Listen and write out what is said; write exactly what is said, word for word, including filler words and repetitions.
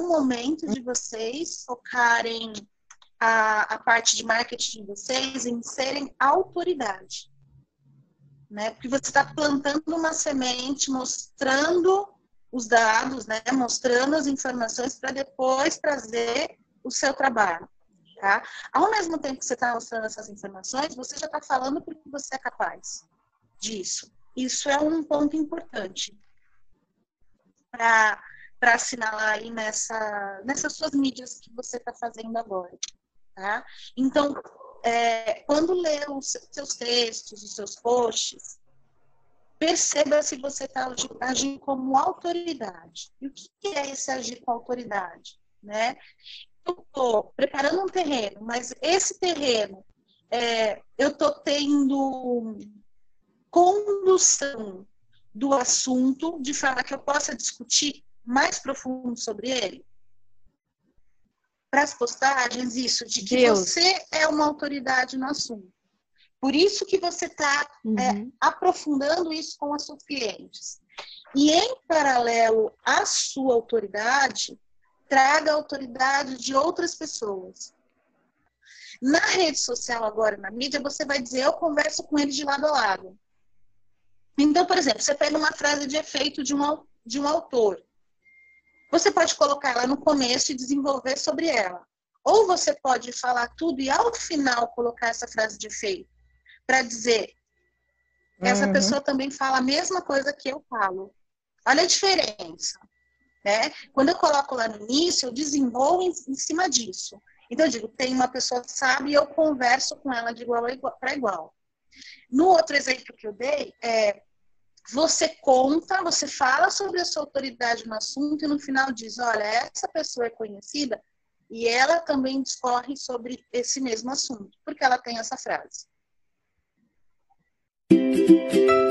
momento de vocês focarem a, a parte de marketing de vocês em serem autoridade. Né? Porque você está plantando uma semente, mostrando os dados, né? Mostrando as informações para depois trazer o seu trabalho. Tá? Ao mesmo tempo que você está mostrando essas informações, você já está falando porque você é capaz disso. Isso é um ponto importante para para assinalar aí nessa, nessas suas mídias que você está fazendo agora. Tá? Então, é, quando lê os seus textos, os seus posts, perceba se você está agindo como autoridade. E o que é esse agir com autoridade? Né? Eu estou preparando um terreno, mas esse terreno, é, eu estou tendo condução do assunto de forma que eu possa discutir mais profundo sobre ele. Para as postagens, isso, de que Deus. Você é uma autoridade no assunto. Por isso que você está uhum. é, aprofundando isso com os seus clientes. E, em paralelo à sua autoridade, traga a autoridade de outras pessoas. Na rede social agora, na mídia, você vai dizer, eu converso com eles de lado a lado. Então, por exemplo, você pega uma frase de efeito de um, de um autor. Você pode colocar ela no começo e desenvolver sobre ela. Ou você pode falar tudo e, ao final, colocar essa frase de efeito. Para dizer, essa uhum. pessoa também fala a mesma coisa que eu falo. Olha a diferença. Né? Quando eu coloco lá no início, eu desenvolvo em, em cima disso. Então, eu digo, tem uma pessoa que sabe e eu converso com ela de igual para igual. No outro exemplo que eu dei, é, você conta, você fala sobre a sua autoridade no assunto e no final diz, olha, essa pessoa é conhecida e ela também discorre sobre esse mesmo assunto, porque ela tem essa frase.